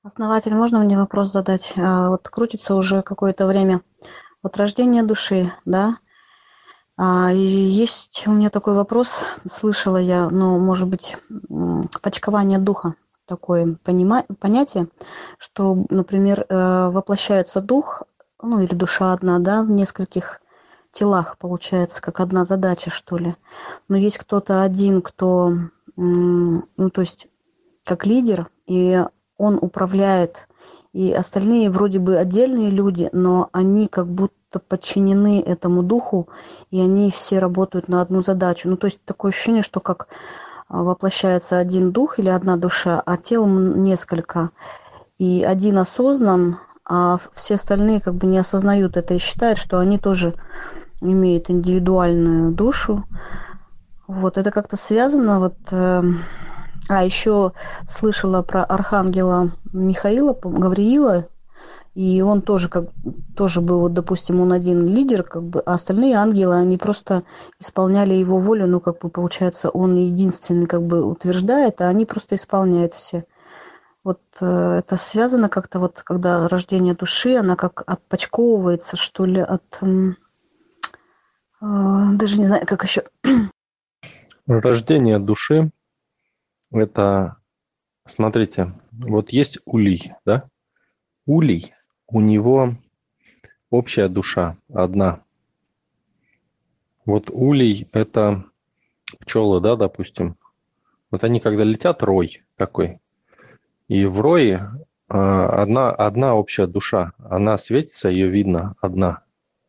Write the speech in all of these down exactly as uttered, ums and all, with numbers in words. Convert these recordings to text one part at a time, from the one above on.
Основатель, можно мне вопрос задать? А, Вот крутится уже какое-то время. Вот рождение души, да? А, и есть у меня такой вопрос, слышала я, ну, может быть, м, почкование духа, такое понима- понятие, что, например, э, воплощается дух, ну, или душа одна, да, в нескольких телах, получается, как одна задача, что ли. Но есть кто-то один, кто, м, ну, то есть как лидер, и он управляет, и остальные вроде бы отдельные люди, но они как будто подчинены этому духу, и они все работают на одну задачу. Ну, то есть такое ощущение, что как а, воплощается один дух или одна душа, а тел м- несколько. И один осознан, а все остальные как бы не осознают это и считают, что они тоже имеют индивидуальную душу. Вот, это как-то связано, вот, эм, а еще слышала про архангела Михаила, по- Гавриила, и он тоже как тоже был, вот, допустим, он один лидер, как бы, а остальные ангелы, они просто исполняли его волю, ну, как бы, получается, он единственный, как бы, утверждает, а они просто исполняют все. Вот э, это связано как-то, вот, когда рождение души, она как отпочковывается, что ли, от... м, э, даже не знаю, как еще... Рождение души– это, смотрите, вот есть улей, да? Улей, у него общая душа одна. Вот улей– это пчелы, да, допустим. Вот они когда летят, рой такой, и в рое а, одна, одна общая душа, она светится, ее видно, одна.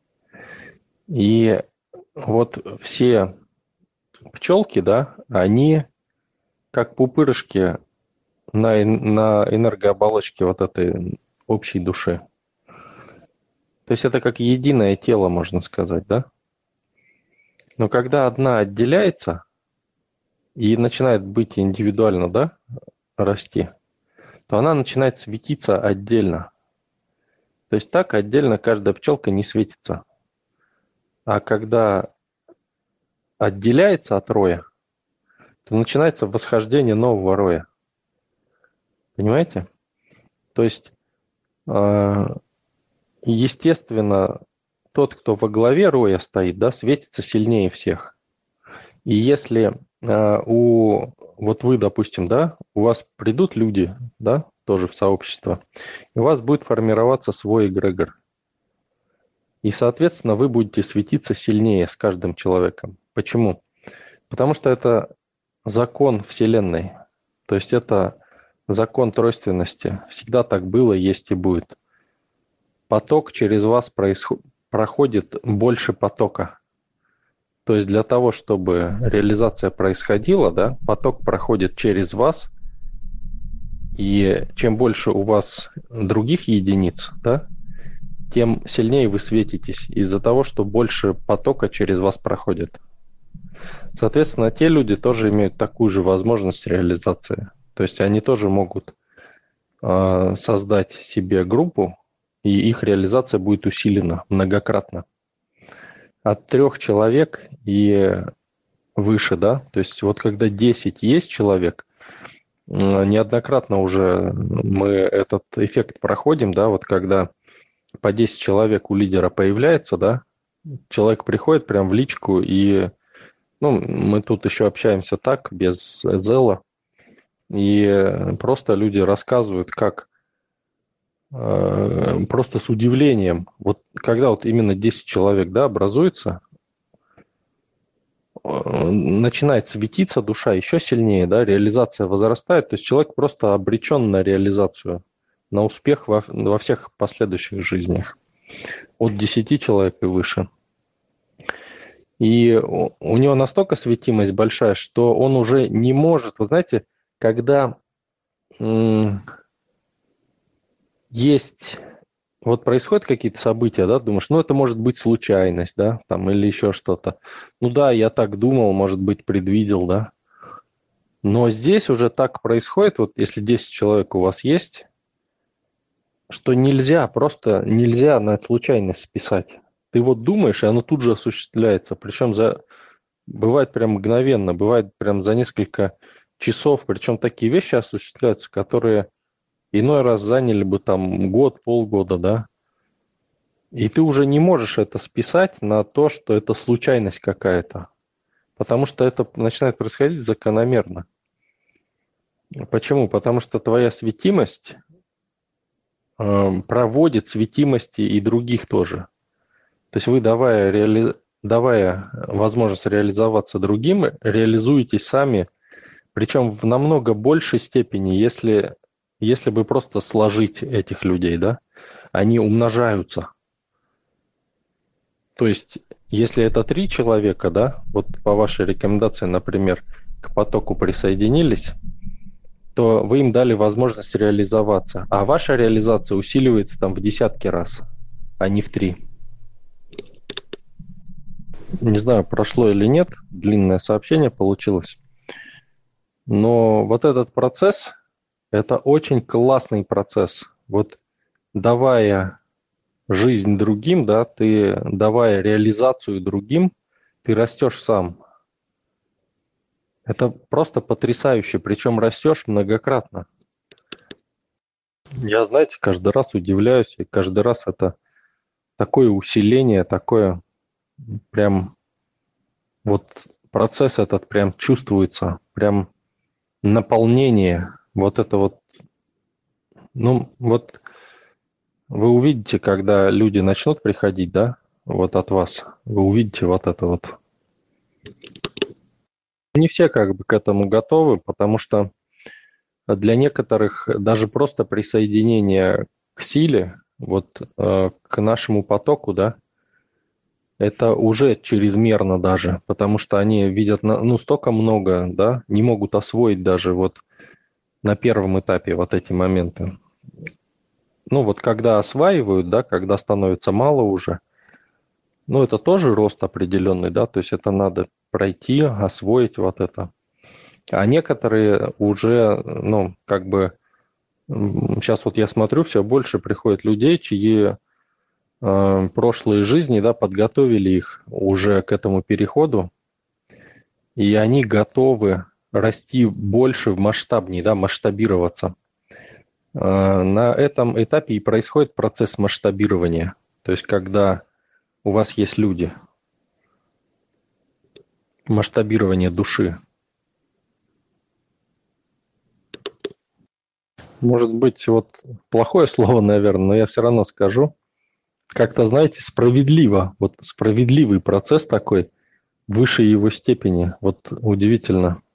И вот все пчелки, да, они как пупырышки на, на энергооболочке вот этой общей души. То есть это как единое тело, можно сказать, да? Но когда одна отделяется и начинает быть индивидуально, да, расти, то она начинает светиться отдельно. То есть так отдельно каждая пчелка не светится. А когда отделяется от роя, то начинается восхождение нового роя. Понимаете? То есть, э, естественно, тот, кто во главе роя стоит, да, светится сильнее всех. И если э, у вот вы, допустим, да, у вас придут люди, да, тоже в сообщество, и у вас будет формироваться свой эгрегор. И, соответственно, вы будете светиться сильнее с каждым человеком. Почему? Потому что это закон Вселенной. То есть это закон тройственности. Всегда так было, есть и будет. Поток через вас происход... проходит больше потока. То есть для того, чтобы реализация происходила, да, поток проходит через вас, и чем больше у вас других единиц, да, тем сильнее вы светитесь из-за того, что больше потока через вас проходит. Соответственно, те люди тоже имеют такую же возможность реализации. То есть они тоже могут э, создать себе группу, и их реализация будет усилена многократно. От трех человек и выше, да, то есть вот когда десять есть человек, э, неоднократно уже мы этот эффект проходим, да, вот когда по десять человек у лидера появляется, да, человек приходит прям в личку, и, ну, мы тут еще общаемся так, без зела, и просто люди рассказывают, как э, просто с удивлением, вот когда вот именно десять человек, да, образуется, э, начинает светиться душа еще сильнее, да, реализация возрастает, то есть человек просто обречен на реализацию, на успех во, во всех последующих жизнях, от десяти человек и выше. И у у него настолько светимость большая, что он уже не может, вы знаете, когда м, есть, вот происходят какие-то события, да, думаешь, ну это может быть случайность, да, там или еще что-то. Ну да, я так думал, может быть, предвидел, да. Но здесь уже так происходит, вот если десять человек у вас есть, что нельзя, просто нельзя на случайность списать. Ты вот думаешь, и оно тут же осуществляется. Причем за бывает прям мгновенно, бывает прям за несколько часов. Причем такие вещи осуществляются, которые Иной раз заняли бы там год, полгода, да. И ты уже не можешь это списать на то, что это случайность какая-то. Потому что это начинает происходить закономерно. Почему? Потому что твоя светимость э, проводит светимости и других тоже. То есть вы, давая, реали... давая возможность реализоваться другим, реализуетесь сами, причем в намного большей степени, если, если бы просто сложить этих людей, да, они умножаются. То есть, если это три человека, да, вот по вашей рекомендации, например, к потоку присоединились, то вы им дали возможность реализоваться. А ваша реализация усиливается там в десятки раз, а не в три. Не знаю, прошло или нет, длинное сообщение получилось. Но вот этот процесс, это очень классный процесс. Вот давая жизнь другим, да, ты давая реализацию другим, ты растешь сам. Это просто потрясающе, причем растешь многократно. Я, знаете, каждый раз удивляюсь, и каждый раз это такое усиление, такое прям вот процесс этот прям чувствуется, прям наполнение, вот это вот, ну вот вы увидите, когда люди начнут приходить, да, вот от вас, вы увидите вот это вот. Не все как бы к этому готовы, потому что для некоторых даже просто присоединение к силе, вот э, к нашему потоку, да, это уже чрезмерно даже, потому что они видят, ну, столько много, да, не могут освоить даже вот на первом этапе вот эти моменты. Ну, вот когда осваивают, да, когда становится мало уже, ну, это тоже рост определенный, да, то есть это надо пройти, освоить вот это. А некоторые уже, ну, как бы, сейчас вот я смотрю, все больше приходит людей, чьи э, прошлые жизни, да, подготовили их уже к этому переходу, и они готовы расти больше, в масштабнее, да, масштабироваться. Э, на этом этапе и происходит процесс масштабирования. То есть, когда у вас есть люди, масштабирование души. Может быть, вот плохое слово, наверное, но я все равно скажу. Как-то, знаете, справедливо, вот справедливый процесс такой, выше его степени. Вот удивительно.